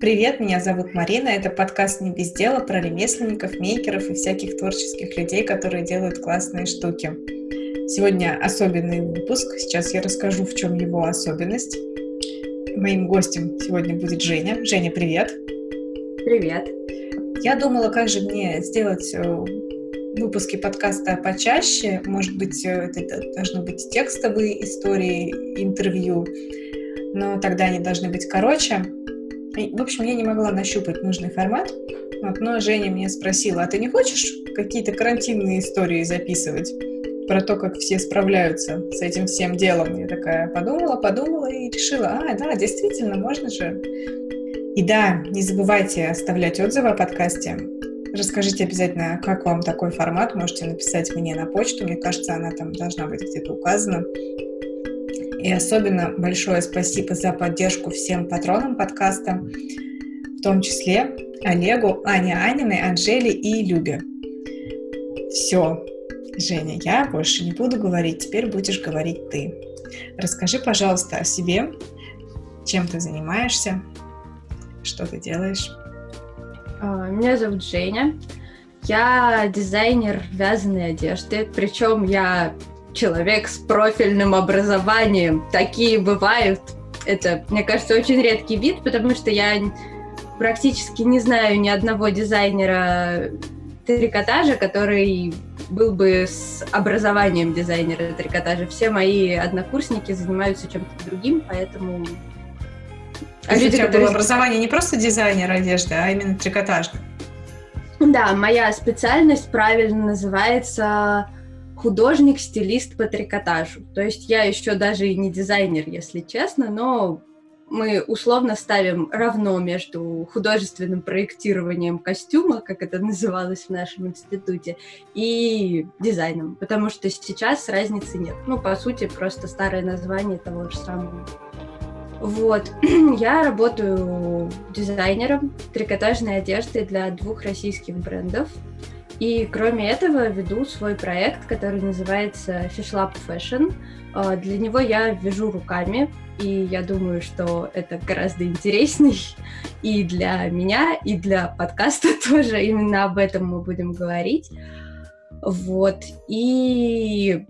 Привет, меня зовут Марина. Это подкаст «Не без дела» про ремесленников, мейкеров и всяких творческих людей, которые делают классные штуки. Сегодня особенный выпуск. Сейчас я расскажу, в чем его особенность. Моим гостем сегодня будет Женя. Женя, привет. Привет. Я думала, как же мне сделать выпуски подкаста почаще. Может быть, это должны быть текстовые истории, интервью, но тогда они должны быть короче. В общем, я не могла нащупать нужный формат, но Женя меня спросила, а ты не хочешь какие-то карантинные истории записывать про то, как все справляются с этим всем делом? Я такая подумала и решила, да, действительно, можно же. И да, не забывайте оставлять отзывы о подкасте. Расскажите обязательно, как вам такой формат. Можете написать мне на почту, мне кажется, она там должна быть где-то указана. И особенно большое спасибо за поддержку всем патронам подкаста, в том числе Олегу, Ане Аниной, Анжеле и Любе. Все, Женя, я больше не буду говорить, теперь будешь говорить ты. Расскажи, пожалуйста, о себе, чем ты занимаешься, что ты делаешь. Меня зовут Женя, я дизайнер вязаной одежды, причем я человек с профильным образованием. Такие бывают. Это, мне кажется, очень редкий вид, потому что я практически не знаю ни одного дизайнера трикотажа, который был бы с образованием дизайнера трикотажа. Все мои однокурсники занимаются чем-то другим, поэтому... А люди, у тебя было образование не просто дизайнер одежды, а именно трикотажное? Да, моя специальность правильно называется... художник-стилист по трикотажу. То есть я еще даже и не дизайнер, если честно, но мы условно ставим равно между художественным проектированием костюма, как это называлось в нашем институте, и дизайном, потому что сейчас разницы нет. По сути, просто старое название того же самого. Вот. Я работаю дизайнером трикотажной одежды для 2 российских брендов. И кроме этого веду свой проект, который называется FishLab Fashion. Для него я вяжу руками, и я думаю, что это гораздо интересней и для меня, и для подкаста тоже. Именно об этом мы будем говорить. Вот. И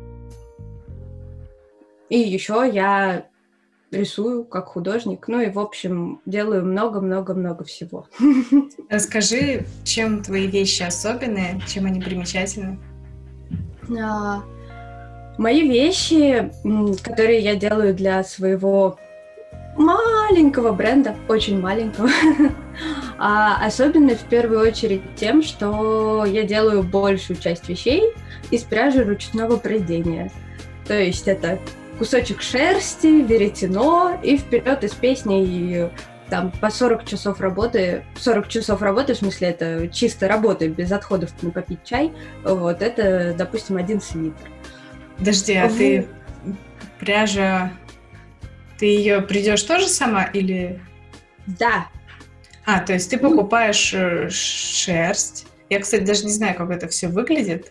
еще я рисую как художник, и, в общем, делаю много-много-много всего. Расскажи, чем твои вещи особенные, чем они примечательны? Мои вещи, которые я делаю для своего маленького бренда, очень маленького, особенно в первую очередь тем, что я делаю большую часть вещей из пряжи ручного прядения. То есть это кусочек шерсти, веретено и вперед из песни, и там по 40 часов работы, в смысле, это чисто работы, без отходов на попить чай, вот, это, допустим, 1 свитер. Подожди, а ты пряжа, ты ее придешь тоже сама или... Да. То есть ты покупаешь шерсть. Я, кстати, даже не знаю, как это все выглядит.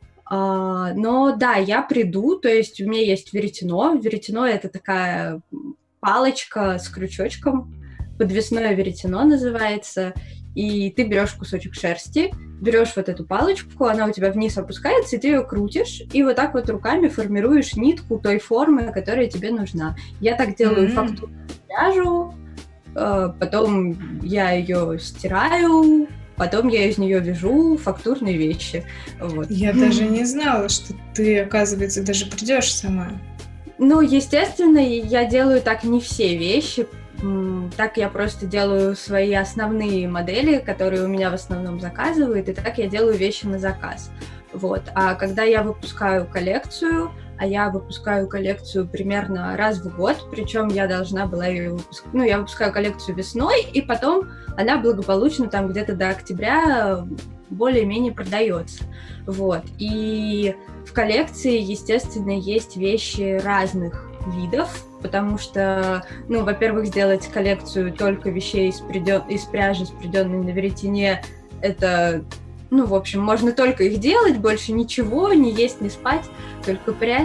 Но да, я приду, то есть у меня есть веретено. Веретено — это такая палочка с крючочком, подвесное веретено называется, и ты берешь кусочек шерсти, берешь вот эту палочку, она у тебя вниз опускается, и ты ее крутишь, и вот так вот руками формируешь нитку той формы, которая тебе нужна. Я так делаю фактурную пряжу, потом я ее стираю, потом я из нее вяжу фактурные вещи. Вот. Я даже не знала, что ты, оказывается, даже придешь сама. Естественно, я делаю так не все вещи. Так я просто делаю свои основные модели, которые у меня в основном заказывают, и так я делаю вещи на заказ. Вот. А когда я выпускаю коллекцию, я выпускаю коллекцию примерно раз в год, причем я должна была ее выпускать. Я выпускаю коллекцию весной, и потом она благополучно там где-то до октября более-менее продается. Вот. И в коллекции, естественно, есть вещи разных видов, потому что, во-первых, сделать коллекцию только вещей из пряжи, спряденной на веретене, это... в общем, можно только их делать, больше ничего, не есть, не спать, только прясть.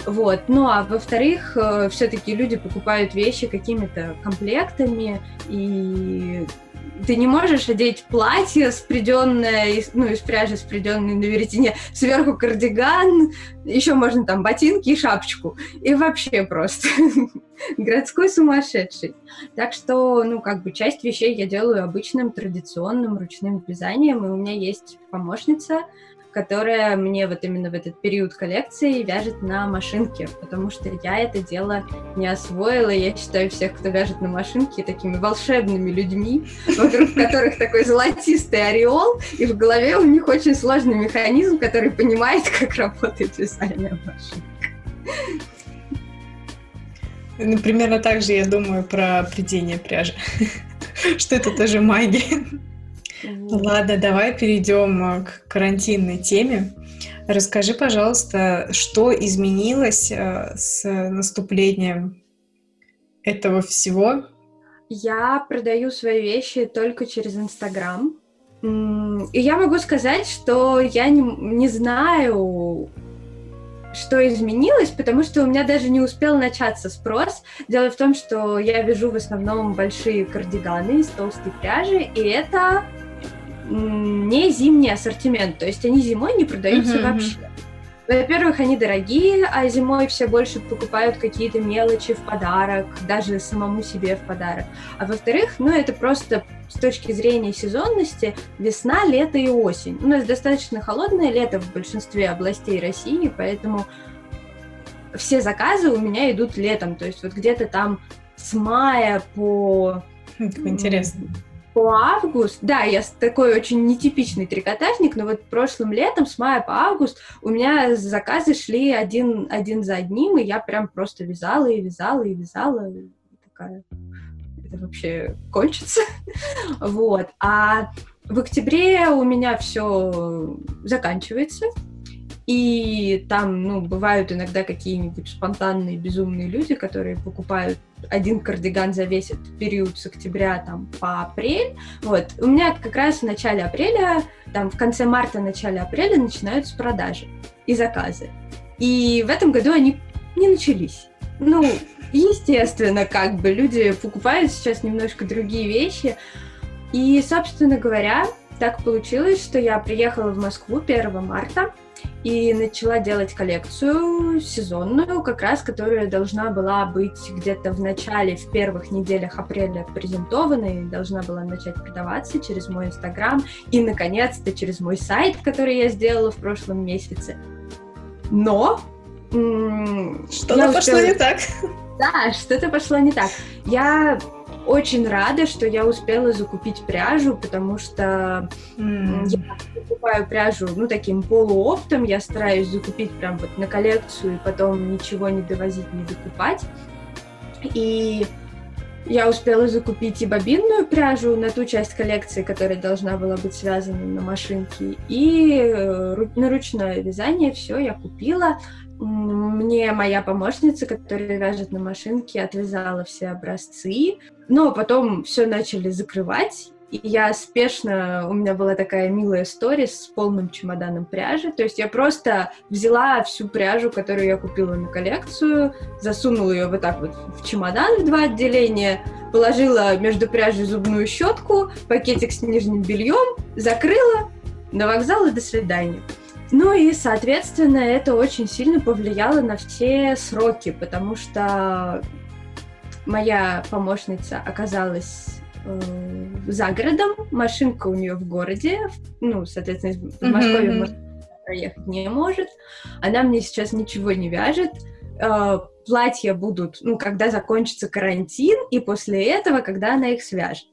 Вот. Ну, а во-вторых, все-таки люди покупают вещи какими-то комплектами, и ты не можешь одеть платье спреденное, из пряжи спреденной на веретене, сверху кардиган, еще можно там ботинки и шапочку. И вообще просто городской сумасшедший. Так что, часть вещей я делаю обычным, традиционным, ручным вязанием, и у меня есть помощница, которая мне вот именно в этот период коллекции вяжет на машинке, потому что я это дело не освоила. Я считаю всех, кто вяжет на машинке, такими волшебными людьми, вокруг которых такой золотистый ореол, и в голове у них очень сложный механизм, который понимает, как работает вязальная машинка. Примерно так же я думаю про плетение пряжи, что это тоже магия. Ладно, давай перейдем к карантинной теме. Расскажи, пожалуйста, что изменилось с наступлением этого всего? Я продаю свои вещи только через Инстаграм. И я могу сказать, что я не знаю, что изменилось, потому что у меня даже не успел начаться спрос. Дело в том, что я вяжу в основном большие кардиганы из толстой пряжи, и это не зимний ассортимент, то есть они зимой не продаются вообще. Во-первых, они дорогие, а зимой все больше покупают какие-то мелочи в подарок, даже самому себе в подарок. А во-вторых, это просто с точки зрения сезонности весна, лето и осень. У нас достаточно холодное лето в большинстве областей России, поэтому все заказы у меня идут летом, то есть вот где-то там с мая по... Интересно. По август, да, я такой очень нетипичный трикотажник, но вот прошлым летом с мая по август у меня заказы шли один за одним, и я прям просто вязала и такая, это вообще кончится, вот. А в октябре у меня все заканчивается, и там, бывают иногда какие-нибудь спонтанные безумные люди, которые покупают один кардиган за весь этот период с октября там по апрель. Вот. У меня как раз в начале апреля, там в конце марта, начале апреля начинаются продажи и заказы. И в этом году они не начались. Естественно, люди покупают сейчас немножко другие вещи. И, собственно говоря, так получилось, что я приехала в Москву 1 марта, и начала делать коллекцию сезонную, как раз, которая должна была быть где-то в первых неделях апреля презентована и должна была начать продаваться через мой Инстаграм и, наконец-то, через мой сайт, который я сделала в прошлом месяце. Но... Что-то пошло не так. Да, что-то пошло не так. Я очень рада, что я успела закупить пряжу, потому что я покупаю пряжу, таким полуоптом, я стараюсь закупить прям вот на коллекцию и потом ничего не довозить, не докупать. И я успела закупить и бобинную пряжу на ту часть коллекции, которая должна была быть связана на машинке, и на ручное вязание все я купила. Мне моя помощница, которая вяжет на машинке, отвязала все образцы, но потом все начали закрывать, и я спешно, у меня была такая милая сторис с полным чемоданом пряжи, то есть я просто взяла всю пряжу, которую я купила на коллекцию, засунула ее вот так вот в чемодан в 2 отделения, положила между пряжей зубную щетку, пакетик с нижним бельем, закрыла, на вокзал и до свидания. И, соответственно, это очень сильно повлияло на все сроки, потому что моя помощница оказалась за городом, машинка у нее в городе, соответственно, из Подмосковья проехать не может, она мне сейчас ничего не вяжет, платья будут, когда закончится карантин, и после этого, когда она их свяжет.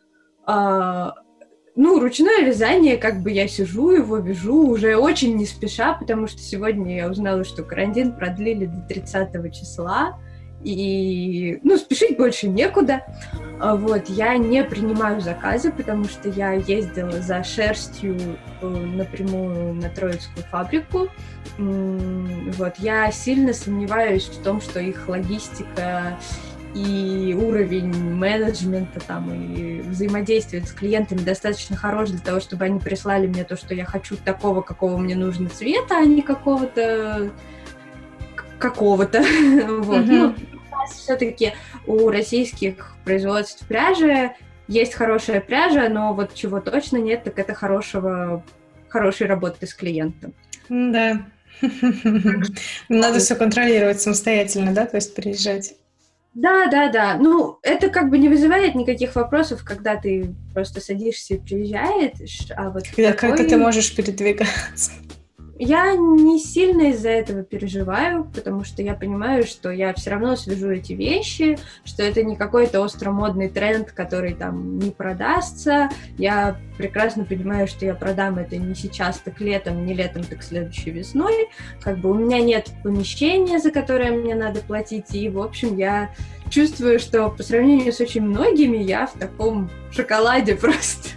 Ручное вязание, я сижу, его вяжу уже очень не спеша, потому что сегодня я узнала, что карантин продлили до 30 числа, и, спешить больше некуда. Вот, я не принимаю заказы, потому что я ездила за шерстью напрямую на Троицкую фабрику. Вот, я сильно сомневаюсь в том, что их логистика и уровень менеджмента там, и взаимодействия с клиентами достаточно хорош для того, чтобы они прислали мне то, что я хочу, такого, какого мне нужно цвета, а не какого-то какого-то. Вот. Ну, у нас все-таки у российских производств пряжи есть хорошая пряжа, но вот чего точно нет, так это хорошей работы с клиентом. Да. Надо все контролировать самостоятельно, да, то есть приезжать. Да. Ну, это как бы не вызывает никаких вопросов, когда ты просто садишься и приезжаешь, а вот Когда ты можешь передвигаться. Я не сильно из-за этого переживаю, потому что я понимаю, что я все равно свяжу эти вещи, что это не какой-то остромодный тренд, который там не продастся. Я прекрасно понимаю, что я продам это не сейчас, так летом, не летом, так следующей весной. Как бы у меня нет помещения, за которое мне надо платить, и, в общем, я чувствую, что по сравнению с очень многими я в таком шоколаде просто.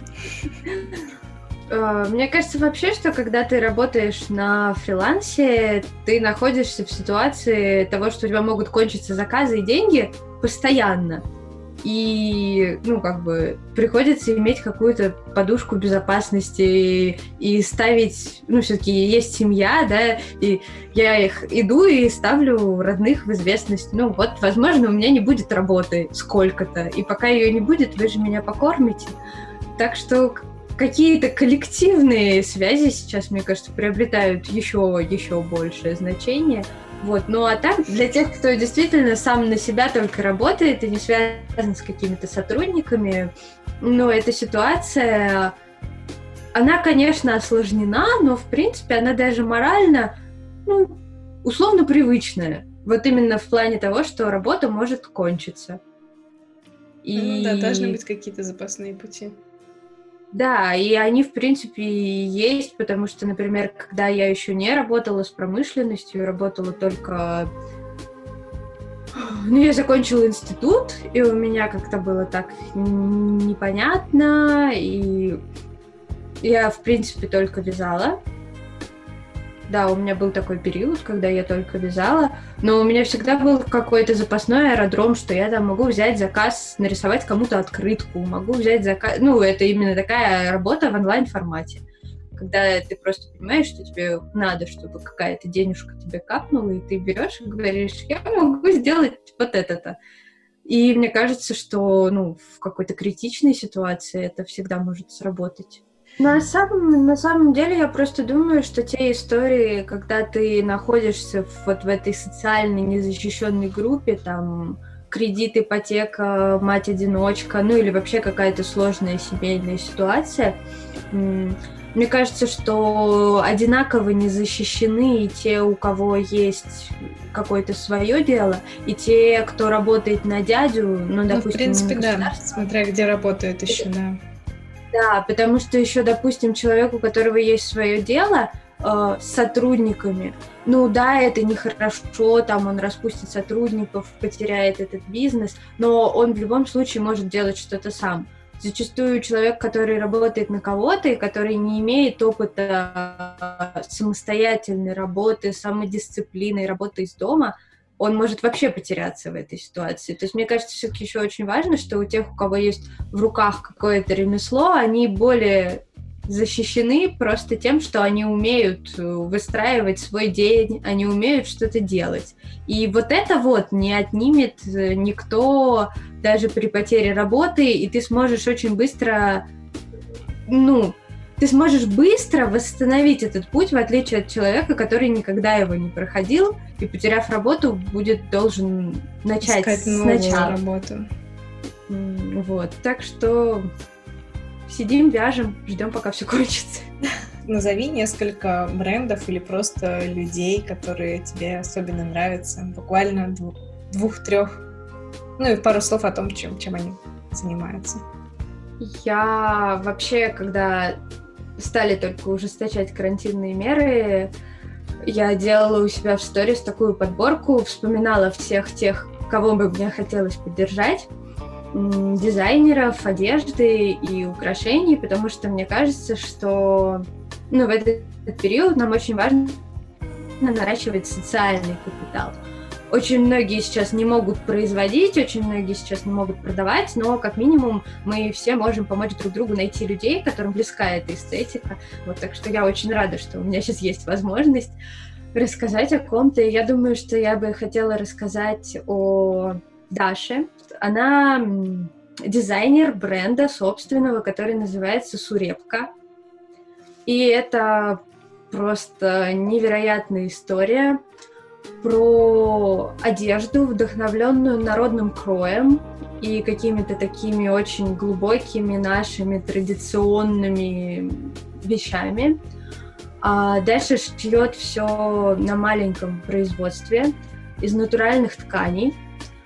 Мне кажется вообще, что когда ты работаешь на фрилансе, ты находишься в ситуации того, что у тебя могут кончиться заказы и деньги постоянно. И, ну, как бы, приходится иметь какую-то подушку безопасности и ставить, ну, все-таки есть семья, да, и я их иду и ставлю родных в известность. Ну, вот, возможно, у меня не будет работы сколько-то, и пока ее не будет, вы же меня покормите. Так что какие-то коллективные связи сейчас, мне кажется, приобретают еще большее значение. Вот. Ну а так, для тех, кто действительно сам на себя только работает и не связан с какими-то сотрудниками, ну, эта ситуация, она, конечно, осложнена, но, в принципе, она даже морально, ну, условно привычная. Вот именно в плане того, что работа может кончиться. Ну да, должны быть какие-то запасные пути. Да, и они, в принципе, есть, потому что, например, когда я еще не работала с промышленностью, работала только... Ну, я закончила институт, и у меня как-то было так непонятно, и я, в принципе, только вязала. Да, у меня был такой период, когда я только вязала, но у меня всегда был какой-то запасной аэродром, что я там могу взять заказ, нарисовать кому-то открытку, могу взять заказ... Ну, это именно такая работа в онлайн-формате, когда ты просто понимаешь, что тебе надо, чтобы какая-то денежка тебе капнула, и ты берешь и говоришь, я могу сделать вот это-то. И мне кажется, что, ну, в какой-то критичной ситуации это всегда может сработать. На самом деле я просто думаю, что те истории, когда ты находишься вот в этой социальной незащищенной группе, там кредит, ипотека, мать-одиночка, ну или вообще какая-то сложная семейная ситуация, мне кажется, что одинаково не защищены и те, у кого есть какое-то свое дело, и те, кто работает на дядю, ну, допустим, в принципе, да, смотря где работают еще, да. Да, потому что еще, допустим, человек, у которого есть свое дело с сотрудниками, ну да, это нехорошо, там он распустит сотрудников, потеряет этот бизнес, но он в любом случае может делать что-то сам. Зачастую человек, который работает на кого-то и который не имеет опыта самостоятельной работы, самодисциплины, работы из дома, он может вообще потеряться в этой ситуации. То есть, мне кажется, все-таки еще очень важно, что у тех, у кого есть в руках какое-то ремесло, они более защищены просто тем, что они умеют выстраивать свой день, они умеют что-то делать. И вот это вот не отнимет никто даже при потере работы, и ты сможешь очень быстро, ты сможешь быстро восстановить этот путь, в отличие от человека, который никогда его не проходил, и, потеряв работу, будет должен начать искать сначала. Новую работу. Вот, так что сидим, вяжем, ждем, пока все кончится. Назови несколько брендов или просто людей, которые тебе особенно нравятся, буквально двух-трех. Ну и пару слов о том, чем они занимаются. Я вообще, когда стали только ужесточать карантинные меры, я делала у себя в сторис такую подборку, вспоминала всех тех, кого бы мне хотелось поддержать, дизайнеров, одежды и украшений, потому что мне кажется, что в этот период нам очень важно наращивать социальный капитал. Очень многие сейчас не могут производить, очень многие сейчас не могут продавать, но как минимум мы все можем помочь друг другу найти людей, которым близка эта эстетика. Вот, так что я очень рада, что у меня сейчас есть возможность. Рассказать о ком-то. Я думаю, что я бы хотела рассказать о Даше. Она дизайнер бренда собственного, который называется Сурепка. И это просто невероятная история про одежду, вдохновленную народным кроем и какими-то такими очень глубокими нашими традиционными вещами. А Даша шьет все на маленьком производстве из натуральных тканей.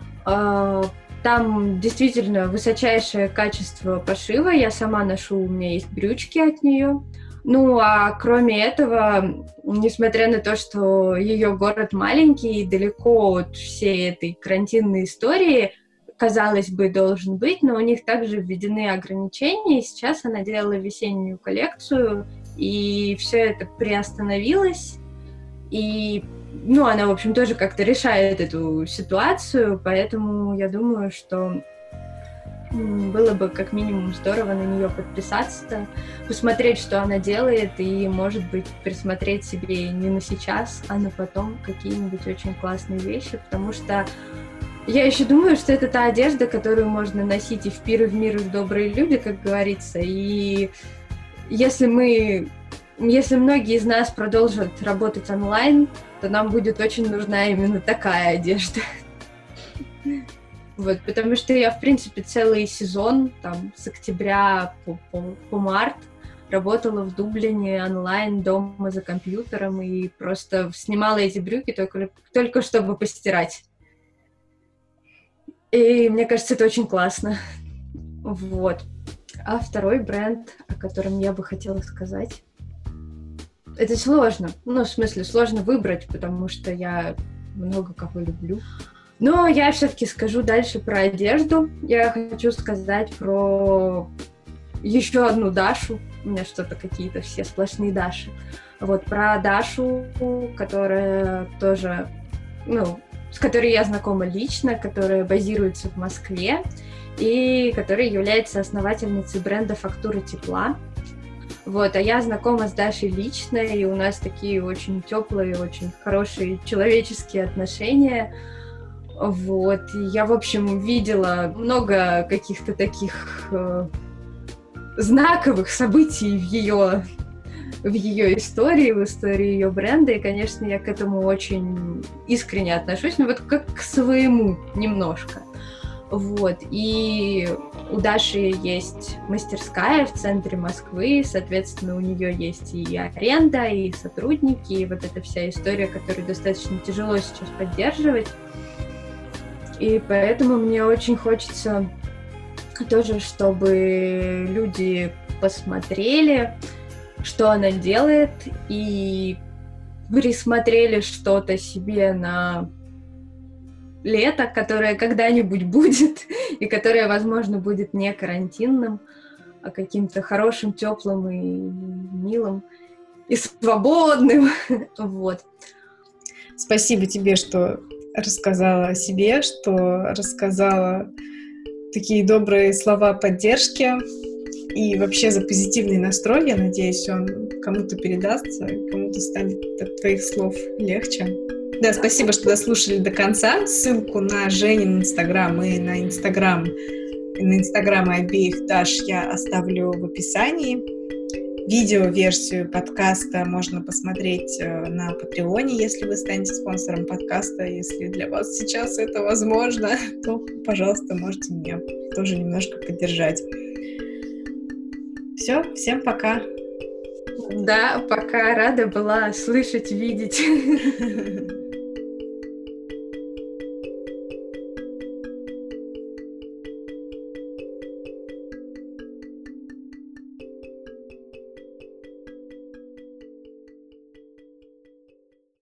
Там действительно высочайшее качество пошива. Я сама ношу, у меня есть брючки от нее. Ну, а кроме этого, несмотря на то, что ее город маленький и далеко от всей этой карантинной истории, казалось бы, должен быть, но у них также введены ограничения. Сейчас она делала весеннюю коллекцию, и все это приостановилось. И, она, в общем, тоже как-то решает эту ситуацию, поэтому я думаю, что было бы как минимум здорово на нее подписаться, посмотреть, что она делает, и, может быть, присмотреть себе не на сейчас, а на потом какие-нибудь очень классные вещи, потому что я еще думаю, что это та одежда, которую можно носить и в пир, и в мир, и в добрые люди, как говорится, и если многие из нас продолжат работать онлайн, то нам будет очень нужна именно такая одежда. Вот, потому что я, в принципе, целый сезон, там, с октября по март работала в Дублине онлайн, дома за компьютером, и просто снимала эти брюки только чтобы постирать. И мне кажется, это очень классно. Вот. А второй бренд, о котором я бы хотела сказать, это сложно. В смысле, сложно выбрать, потому что я много кого люблю. Но я все-таки скажу дальше про одежду. Я хочу сказать про еще одну Дашу. У меня что-то какие-то все сплошные Даши. Вот про Дашу, которая тоже, с которой я знакома лично, которая базируется в Москве и которая является основательницей бренда «Фактура тепла». Вот, а я знакома с Дашей лично, и у нас такие очень теплые, очень хорошие человеческие отношения. Вот, я, в общем, видела много каких-то таких знаковых событий в ее истории, в истории ее бренда, и, конечно, я к этому очень искренне отношусь, вот как к своему немножко. Вот, и у Даши есть мастерская в центре Москвы, соответственно, у нее есть и аренда, и сотрудники, и вот эта вся история, которую достаточно тяжело сейчас поддерживать. И поэтому мне очень хочется тоже, чтобы люди посмотрели, что она делает, и присмотрели что-то себе на лето, которое когда-нибудь будет, и которое, возможно, будет не карантинным, а каким-то хорошим, теплым и милым, и свободным. Вот. Спасибо тебе, что рассказала о себе, что рассказала такие добрые слова поддержки и вообще за позитивный настрой. Я надеюсь, он кому-то передастся, кому-то станет от твоих слов легче. Да, спасибо, что дослушали до конца. Ссылку на Женин Инстаграм и на Инстаграмы обеих Даш я оставлю в описании. Видеоверсию подкаста можно посмотреть на Патреоне, если вы станете спонсором подкаста. Если для вас сейчас это возможно, то, пожалуйста, можете меня тоже немножко поддержать. Все, всем пока. Да, пока. Рада была слышать, видеть.